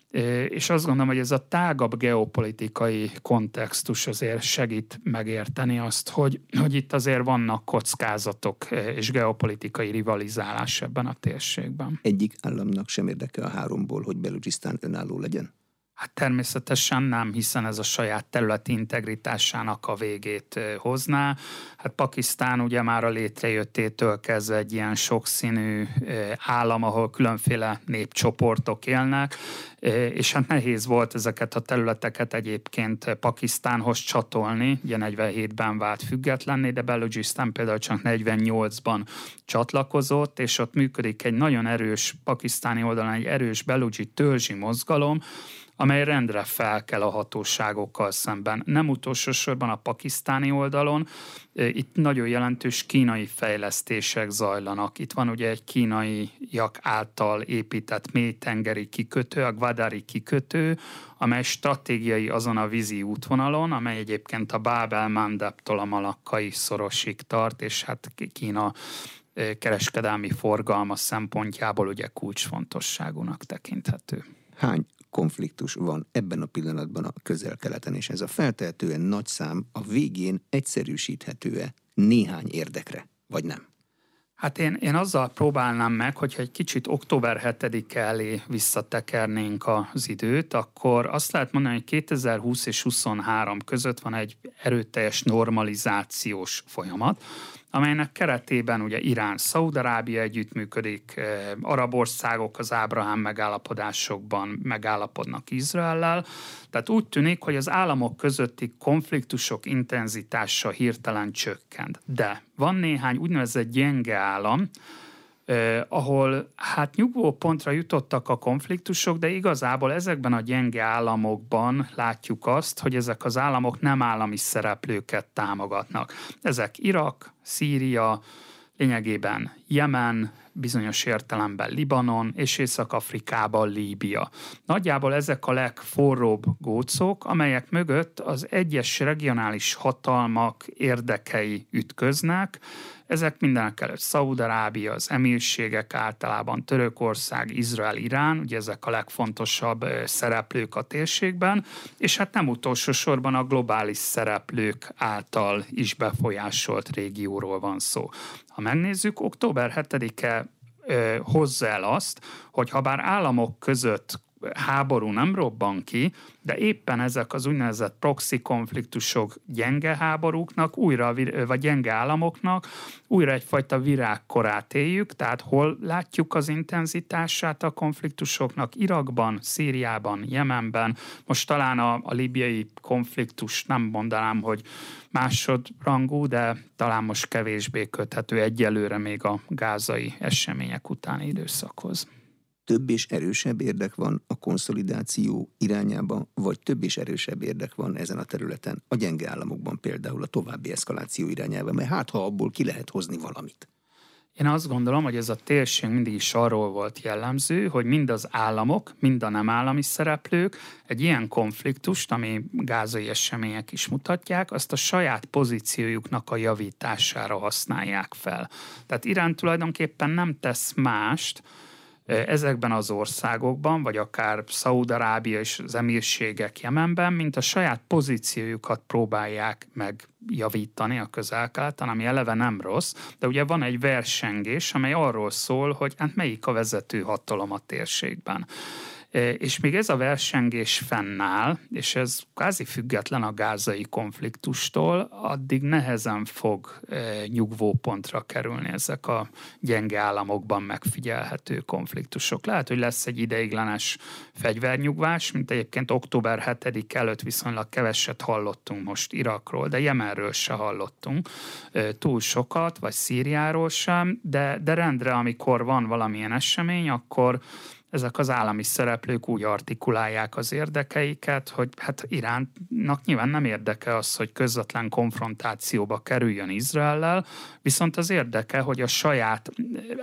B: és azt gondolom, hogy ez a tágabb geopolitikai kontextus azért segít megérteni azt, hogy itt azért vannak kockázatok és geopolitikai rivalizálás ebben a térségben.
A: Egyik államnak sem érdeke a háromból, hogy Beludzsisztán önálló legyen?
B: Hát természetesen nem, hiszen ez a saját területi integritásának a végét hozná. Hát Pakisztán ugye már a létrejöttétől kezdve egy ilyen sokszínű állam, ahol különféle népcsoportok élnek, és hát nehéz volt ezeket a területeket egyébként Pakisztánhoz csatolni. Ugye 47-ben vált függetlenné, de Beludzsisztán például csak 48-ban csatlakozott, és ott működik egy nagyon erős pakisztáni oldalon, egy erős beludzsi törzsi mozgalom, amely rendre fel kell a hatóságokkal szemben. Nem utolsó sorban a pakisztáni oldalon, itt nagyon jelentős kínai fejlesztések zajlanak. Itt van ugye egy kínaiak által épített mélytengeri kikötő, a Gwadari kikötő, amely stratégiai azon a vízi útvonalon, amely egyébként a Bab el-Mandebtől a malakkai szorosig tart, és hát Kína kereskedelmi forgalma szempontjából ugye kulcsfontosságúnak tekinthető.
A: Hány konfliktus van ebben a pillanatban a Közel-Keleten, és ez a feltehetően nagy szám a végén egyszerűsíthető-e néhány érdekre, vagy nem?
B: Hát én azzal próbálnám meg, hogyha egy kicsit október 7-e elé visszatekernénk az időt, akkor azt lehet mondani, hogy 2020 és 2023 között van egy erőteljes normalizációs folyamat, amelynek keretében ugye Irán, Szaúd-Arábia együttműködik, arab országok az Ábrahám megállapodásokban megállapodnak Izraellel. Tehát úgy tűnik, hogy az államok közötti konfliktusok intenzitása hirtelen csökkent. De van néhány úgynevezett gyenge állam, ahol hát nyugvó pontra jutottak a konfliktusok, de igazából ezekben a gyenge államokban látjuk azt, hogy ezek az államok nem állami szereplőket támogatnak. Ezek Irak, Szíria, lényegében Jemen, bizonyos értelemben Libanon és Észak-Afrikában Líbia. Nagyjából ezek a legforróbb gócok, amelyek mögött az egyes regionális hatalmak érdekei ütköznek. Ezek mindenekelőtt Szaúd-Arábia, az emírségek, általában Törökország, Izrael, Irán, ugye ezek a legfontosabb szereplők a térségben, és hát nem utolsó sorban a globális szereplők által is befolyásolt régióról van szó. Ha megnézzük, október 7-e hozza el azt, hogy ha bár államok között háború nem robban ki, de éppen ezek az úgynevezett proxy konfliktusok gyenge háborúknak, vagy gyenge államoknak újra egyfajta virágkorát éljük, tehát hol látjuk az intenzitását a konfliktusoknak? Irakban, Szíriában, Jemenben, most talán a líbiai konfliktus nem mondanám, hogy másodrangú, de talán most kevésbé köthető egyelőre még a gázai események utáni időszakhoz.
A: Több és erősebb érdek van a konszolidáció irányában, vagy több és erősebb érdek van ezen a területen, a gyenge államokban például a további eszkaláció irányában, mert hát ha abból ki lehet hozni valamit.
B: Én azt gondolom, hogy ez a térség mindig is arról volt jellemző, hogy mind az államok, mind a nem állami szereplők egy ilyen konfliktust, ami gázai események is mutatják, azt a saját pozíciójuknak a javítására használják fel. Tehát Irán tulajdonképpen nem tesz mást ezekben az országokban, vagy akár Szaúd-Arábia és az emírségek Jemenben, mint a saját pozíciójukat próbálják megjavítani a Közel-Keleten, ami eleve nem rossz, de ugye van egy versengés, amely arról szól, hogy hát melyik a vezető hatalom a térségben. És még ez a versengés fennáll, és ez kvázi független a gázai konfliktustól, addig nehezen fog nyugvópontra kerülni ezek a gyenge államokban megfigyelhető konfliktusok. Lehet, hogy lesz egy ideiglenes fegyvernyugvás, mint egyébként október 7 előtt viszonylag keveset hallottunk most Irakról, de Jemenről se hallottunk túl sokat, vagy Szíriáról sem, de rendre, amikor van valamilyen esemény, akkor ezek az állami szereplők úgy artikulálják az érdekeiket, hogy hát Iránnak nyilván nem érdeke az, hogy közvetlen konfrontációba kerüljön Izraellel, viszont az érdeke, hogy a saját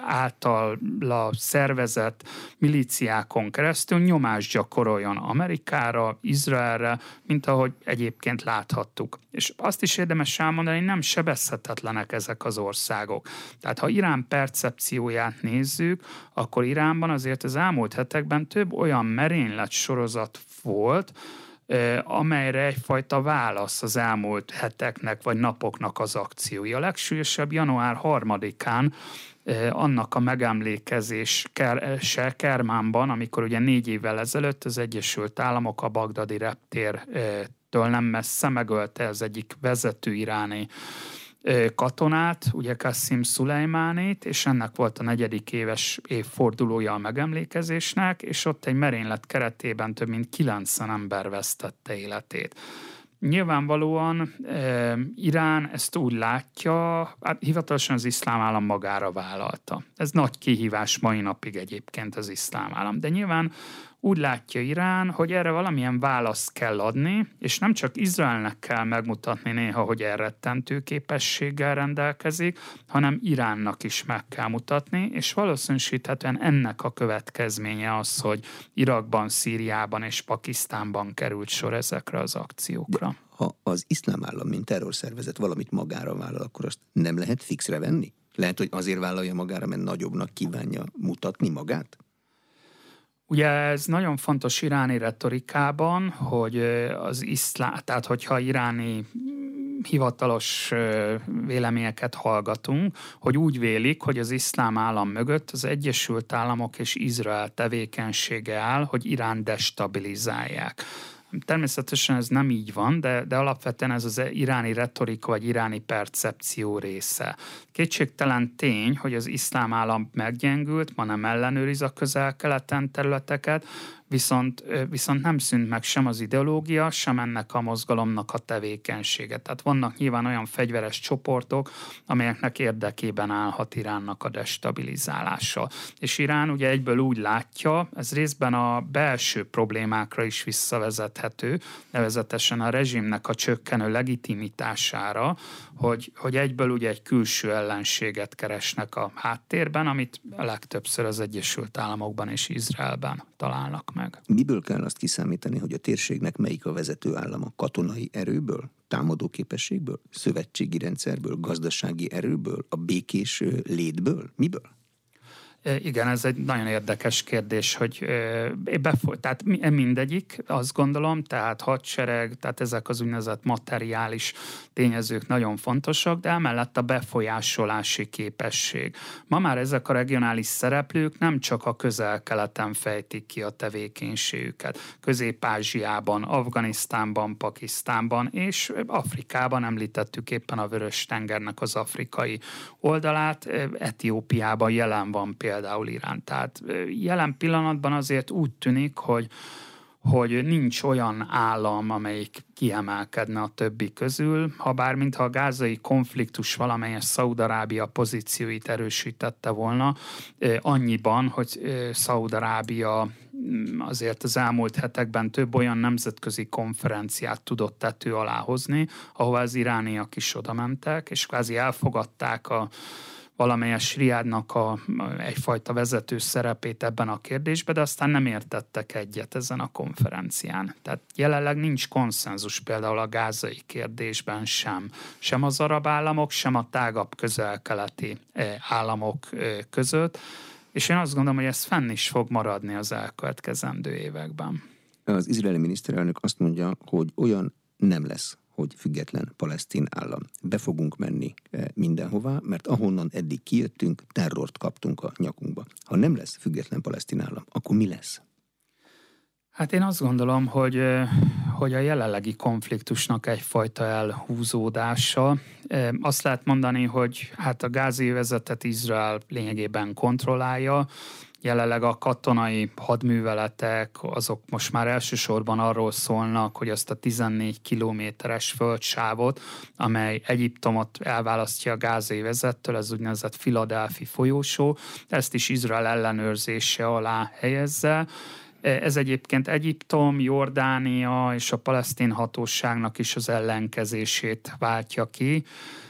B: általa szervezett milíciákon keresztül nyomást gyakoroljon Amerikára, Izraelre, mint ahogy egyébként láthattuk. És azt is érdemes elmondani, hogy nem sebezhetetlenek ezek az országok. Tehát ha Irán percepcióját nézzük, akkor Iránban azért az elmúlt hetekben több olyan merénylet sorozat volt, amelyre egyfajta válasz az elmúlt heteknek vagy napoknak az akciói. A legsúlyosabb január 3-án annak a megemlékezése Kermánban, amikor ugye 4 évvel ezelőtt az Egyesült Államok a bagdadi reptértől nem messze megölte az egyik vezető iráni katonát, ugye Qassim Szulejmánit, és ennek volt a 4. évfordulója a megemlékezésnek, és ott egy merénylet keretében több mint 90 ember vesztette életét. Nyilvánvalóan Irán ezt úgy látja, hát hivatalosan az iszlám állam magára vállalta. Ez nagy kihívás mai napig egyébként az iszlám állam, de nyilván úgy látja Irán, hogy erre valamilyen választ kell adni, és nem csak Izraelnek kell megmutatni néha, hogy elrettentő képességgel rendelkezik, hanem Iránnak is meg kell mutatni, és valószínűsíthetően ennek a következménye az, hogy Irakban, Szíriában és Pakisztánban került sor ezekre az akciókra.
A: De ha az iszlám állam, mint terrorszervezet valamit magára vállal, akkor azt nem lehet fixre venni? Lehet, hogy azért vállalja magára, mert nagyobbnak kívánja mutatni magát?
B: Ugye ez nagyon fontos iráni retorikában, hogy az iszlám, tehát hogyha iráni hivatalos véleményeket hallgatunk, hogy úgy vélik, hogy az iszlám állam mögött az Egyesült Államok és Izrael tevékenysége áll, hogy Irán destabilizálják. Természetesen ez nem így van, de alapvetően ez az iráni retorika vagy iráni percepció része. Kétségtelen tény, hogy az iszlám állam meggyengült, ma nem ellenőriz a Közel-Keleten területeket, viszont nem szűnt meg sem az ideológia, sem ennek a mozgalomnak a tevékenysége. Tehát vannak nyilván olyan fegyveres csoportok, amelyeknek érdekében állhat Iránnak a destabilizálása. És Irán ugye egyből úgy látja, ez részben a belső problémákra is visszavezethető, nevezetesen a rezsimnek a csökkenő legitimitására, hogy egyből ugye egy külső ellenséget keresnek a háttérben, amit a legtöbbször az Egyesült Államokban és Izraelben találnak meg.
A: Miből kell azt kiszámítani, hogy a térségnek melyik a vezető állama? Katonai erőből? Támadó képességből? Szövetségi rendszerből? Gazdasági erőből? A békés létből? Miből?
B: Igen, ez egy nagyon érdekes kérdés, hogy tehát mindegyik, azt gondolom, tehát hadsereg, tehát ezek az úgynevezett materiális tényezők nagyon fontosak, de emellett a befolyásolási képesség. Ma már ezek a regionális szereplők nem csak a Közel-Keleten fejtik ki a tevékenységüket. Közép-Ázsiában, Afganisztánban, Pakisztánban és Afrikában említettük éppen a Vörös-tengernek az afrikai oldalát, Etiópiában jelen van például Irán. Tehát jelen pillanatban azért úgy tűnik, hogy nincs olyan állam, amelyik kiemelkedne a többi közül, mintha a gázai konfliktus valamelyes Szaúd-Arábia pozícióit erősítette volna, annyiban, hogy Szaúd-Arábia azért az elmúlt hetekben több olyan nemzetközi konferenciát tudott tető alá hozni, ahová az irániak is oda mentek, és kvázi elfogadták valamelyes Riádnak egyfajta vezető szerepét ebben a kérdésben, de aztán nem értettek egyet ezen a konferencián. Tehát jelenleg nincs konszenzus például a gázai kérdésben sem az arab államok, sem a tágabb közel-keleti államok között, és én azt gondolom, hogy ez fenn is fog maradni az elkövetkezendő években.
A: Az izraeli miniszterelnök azt mondja, hogy olyan nem lesz, hogy független palesztin állam. Be fogunk menni mindenhová, mert ahonnan eddig kijöttünk, terrort kaptunk a nyakunkba. Ha nem lesz független palesztin állam, akkor mi lesz?
B: Hát én azt gondolom, hogy a jelenlegi konfliktusnak egyfajta elhúzódása. Azt lehet mondani, hogy hát a gázai övezetet Izrael lényegében kontrollálja. Jelenleg a katonai hadműveletek azok most már elsősorban arról szólnak, hogy azt a 14 kilométeres földsávot, amely Egyiptomot elválasztja a gázai övezettől, ez úgynevezett Philadelphia folyósó, ezt is Izrael ellenőrzése alá helyezze. Ez egyébként Egyiptom, Jordánia és a palesztin hatóságnak is az ellenkezését váltja ki.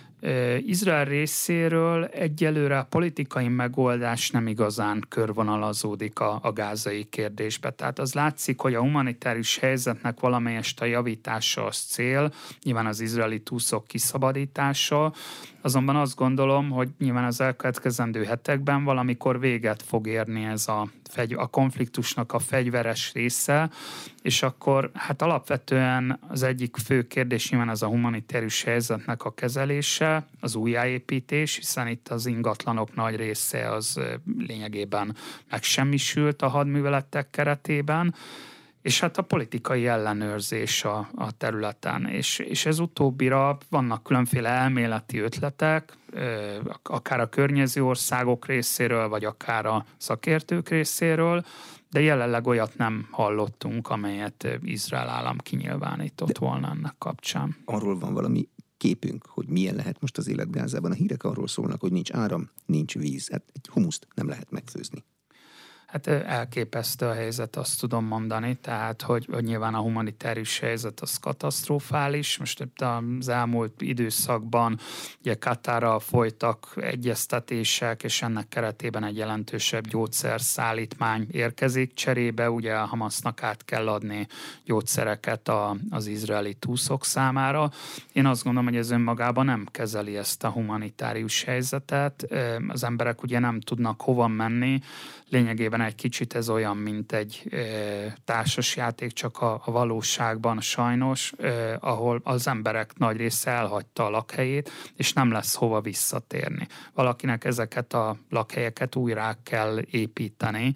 B: Izrael részéről egyelőre a politikai megoldás nem igazán körvonalazódik a gázai kérdésbe. Tehát az látszik, hogy a humanitárius helyzetnek valamelyest a javítása az cél, nyilván az izraeli túszok kiszabadítása, azonban azt gondolom, hogy nyilván az elkövetkezendő hetekben valamikor véget fog érni ez a konfliktusnak a fegyveres része, és akkor hát alapvetően az egyik fő kérdés nyilván az a humanitárius helyzetnek a kezelése, az újjáépítés, hiszen itt az ingatlanok nagy része az lényegében megsemmisült a hadműveletek keretében, és hát a politikai ellenőrzés a területen. És ez utóbbira vannak különféle elméleti ötletek, akár a környező országok részéről, vagy akár a szakértők részéről, de jelenleg olyat nem hallottunk, amelyet Izrael állam kinyilvánított volna ennek kapcsán.
A: Arról van valami képünk, hogy milyen lehet most az élet Gázában? A hírek arról szólnak, hogy nincs áram, nincs víz. Hát egy humuszt nem lehet megfőzni.
B: Hát elképesztő a helyzet, azt tudom mondani, tehát, hogy nyilván a humanitárius helyzet az katasztrofális. Most az elmúlt időszakban ugye Katárral folytak egyeztetések, és ennek keretében egy jelentősebb gyógyszerszállítmány érkezik cserébe. Ugye a Hamasznak át kell adni gyógyszereket az izraeli túszok számára. Én azt gondolom, hogy ez önmagában nem kezeli ezt a humanitárius helyzetet. Az emberek ugye nem tudnak hova menni. Lényegében egy kicsit ez olyan, mint egy társasjáték, csak a valóságban sajnos, ahol az emberek nagy része elhagyta a lakhelyét, és nem lesz hova visszatérni. Valakinek ezeket a lakhelyeket újra kell építeni,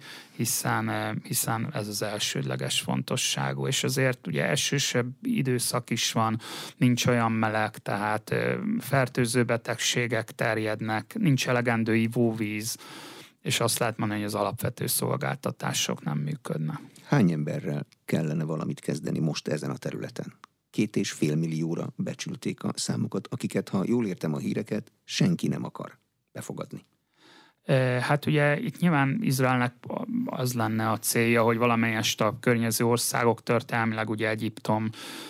B: hiszen ez az elsődleges fontosságú. És azért ugye esősebb időszak is van, nincs olyan meleg, tehát fertőző betegségek terjednek, nincs elegendő ivóvíz, és azt lehet mondani, hogy az alapvető szolgáltatások nem működnek.
A: Hány emberrel kellene valamit kezdeni most ezen a területen? 2,5 millióra becsülték a számokat, akiket, ha jól értem a híreket, senki nem akar befogadni.
B: Hát ugye itt nyilván Izraelnek az lenne a célja, hogy valamelyest a környező országok történelmileg ugye Egyiptom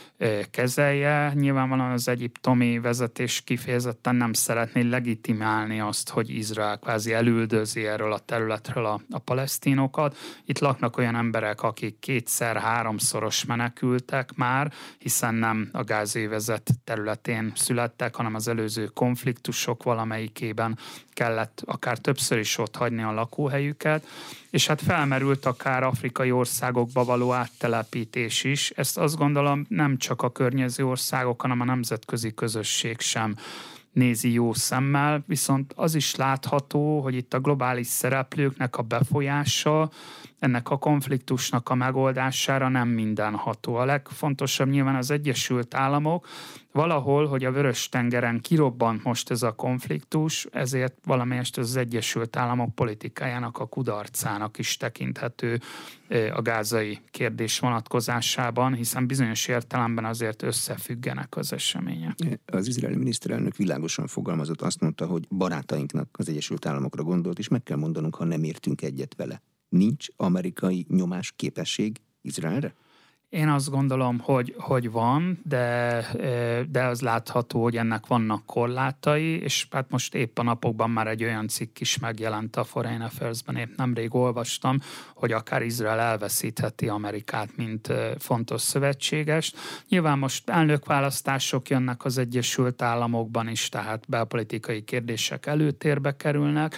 B: kezelje. Nyilvánvalóan az egyiptomi vezetés kifejezetten nem szeretné legitimálni azt, hogy Izrael kvázi elüldözi erről a területről a palesztinokat. Itt laknak olyan emberek, akik 2-3-szoros menekültek már, hiszen nem a gázai övezet területén születtek, hanem az előző konfliktusok valamelyikében kellett akár többször is ott hagyni a lakóhelyüket, és hát felmerült akár afrikai országokba való áttelepítés is. Ezt azt gondolom nem csak a környező országok, hanem a nemzetközi közösség sem nézi jó szemmel, viszont az is látható, hogy itt a globális szereplőknek a befolyása ennek a konfliktusnak a megoldására nem mindenható. A legfontosabb nyilván az Egyesült Államok, valahol, hogy a Vörös-tengeren kirobbant most ez a konfliktus, ezért valamelyest az Egyesült Államok politikájának a kudarcának is tekinthető a gázai kérdés vonatkozásában, hiszen bizonyos értelemben azért összefüggenek az események.
A: Az izraeli miniszterelnök világosan fogalmazott, azt mondta, hogy barátainknak az Egyesült Államokra gondolt, és meg kell mondanunk, ha nem értünk egyet vele. Nincs amerikai nyomás képesség Izraelre?
B: Én azt gondolom, hogy van, de az látható, hogy ennek vannak korlátai, és hát most épp a napokban már egy olyan cikk is megjelent a Foreign Affairs-ben, épp nemrég olvastam, hogy akár Izrael elveszítheti Amerikát, mint fontos szövetségest. Nyilván most elnökválasztások jönnek az Egyesült Államokban is, tehát belpolitikai kérdések előtérbe kerülnek.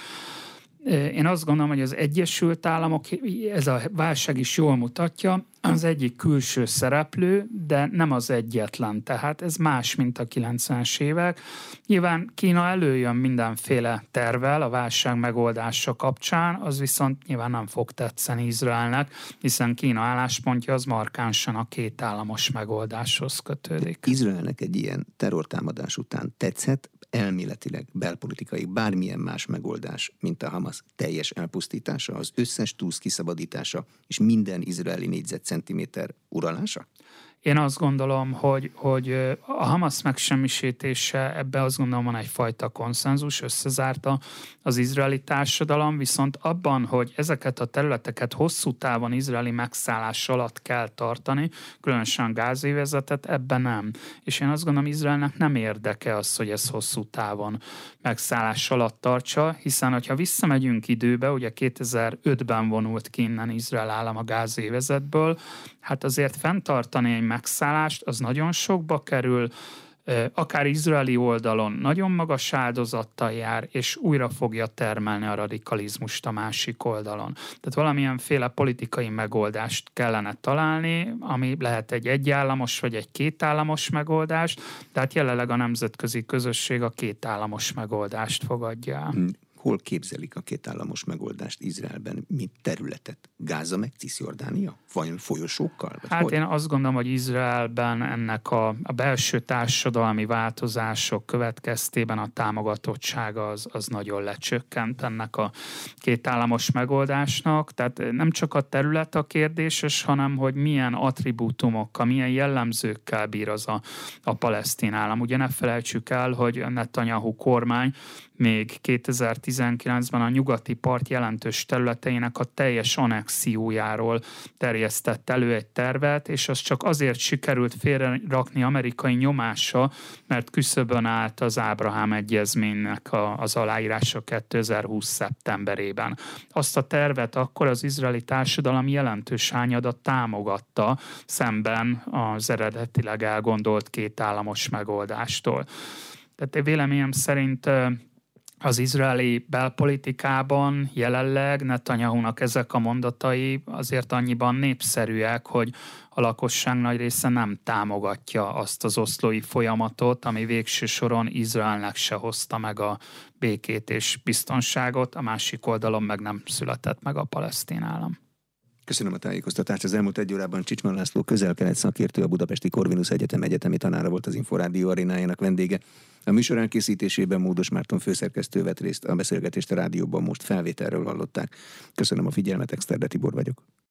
B: Én azt gondolom, hogy az Egyesült Államok, ez a válság is jól mutatja, az egyik külső szereplő, de nem az egyetlen. Tehát ez más, mint a 90-es évek. Nyilván Kína előjön mindenféle tervvel a válság megoldása kapcsán, az viszont nyilván nem fog tetszeni Izraelnek, hiszen Kína álláspontja az markánsan a kétállamos megoldáshoz kötődik.
A: Izraelnek egy ilyen terrortámadás után tetszett elméletileg belpolitikai bármilyen más megoldás, mint a Hamas teljes elpusztítása, az összes túsz kiszabadítása és minden izraeli négyzetcentiméter uralása?
B: Én azt gondolom, hogy a Hamas megsemmisítése, ebbe azt gondolom van egyfajta konszenzus, összezárta az izraeli társadalom, viszont abban, hogy ezeket a területeket hosszú távon izraeli megszállás alatt kell tartani, különösen gázövezetet, ebben nem. És én azt gondolom, Izraelnek nem érdeke az, hogy ez hosszú távon megszállás alatt tartsa, hiszen hogyha visszamegyünk időbe, ugye 2005-ben vonult ki innen Izrael állam a gázövezetből, hát azért fenntartani egy megszállást, az nagyon sokba kerül, akár izraeli oldalon nagyon magas áldozattal jár, és újra fogja termelni a radikalizmust a másik oldalon. Tehát valamilyenféle politikai megoldást kellene találni, ami lehet egy egyállamos vagy egy kétállamos megoldás, tehát jelenleg a nemzetközi közösség a kétállamos megoldást fogadja el.
A: Hol képzelik a kétállamos megoldást Izraelben, mint területet? Gáza meg Cisjordánia? Vajon folyosókkal?
B: Hát hogy? Én azt gondolom, hogy Izraelben ennek a belső társadalmi változások következtében a támogatottsága az nagyon lecsökkent ennek a kétállamos megoldásnak. Tehát nem csak a terület a kérdéses, hanem hogy milyen attribútumokkal, milyen jellemzőkkel bír az a palesztin állam. Ugye ne felejtsük el, hogy a Netanyahu kormány még 2019-ben a nyugati part jelentős területeinek a teljes annexiójáról terjesztett elő egy tervet, és az csak azért sikerült félrerakni amerikai nyomása, mert küszöbön állt az Ábrahám egyezménynek az aláírása 2020. szeptemberében. Azt a tervet akkor az izraeli társadalom jelentős hányada támogatta szemben az eredetileg elgondolt kétállamos megoldástól. Tehát véleményem szerint az izraeli belpolitikában jelenleg Netanyahunak ezek a mondatai azért annyiban népszerűek, hogy a lakosság nagy része nem támogatja azt az oszlói folyamatot, ami végső soron Izraelnek se hozta meg a békét és biztonságot, a másik oldalon meg nem született meg a palesztin állam.
A: Köszönöm a tájékoztatást. Az elmúlt egy órában Csicsman László közel-kelet szakértő, a Budapesti Corvinus Egyetem egyetemi tanára volt az Inforádió arénájának vendége. A műsor elkészítésében Módos Márton főszerkesztő vett részt, a beszélgetést a rádióban most felvételről hallották. Köszönöm a figyelmet, Exterde Tibor vagyok.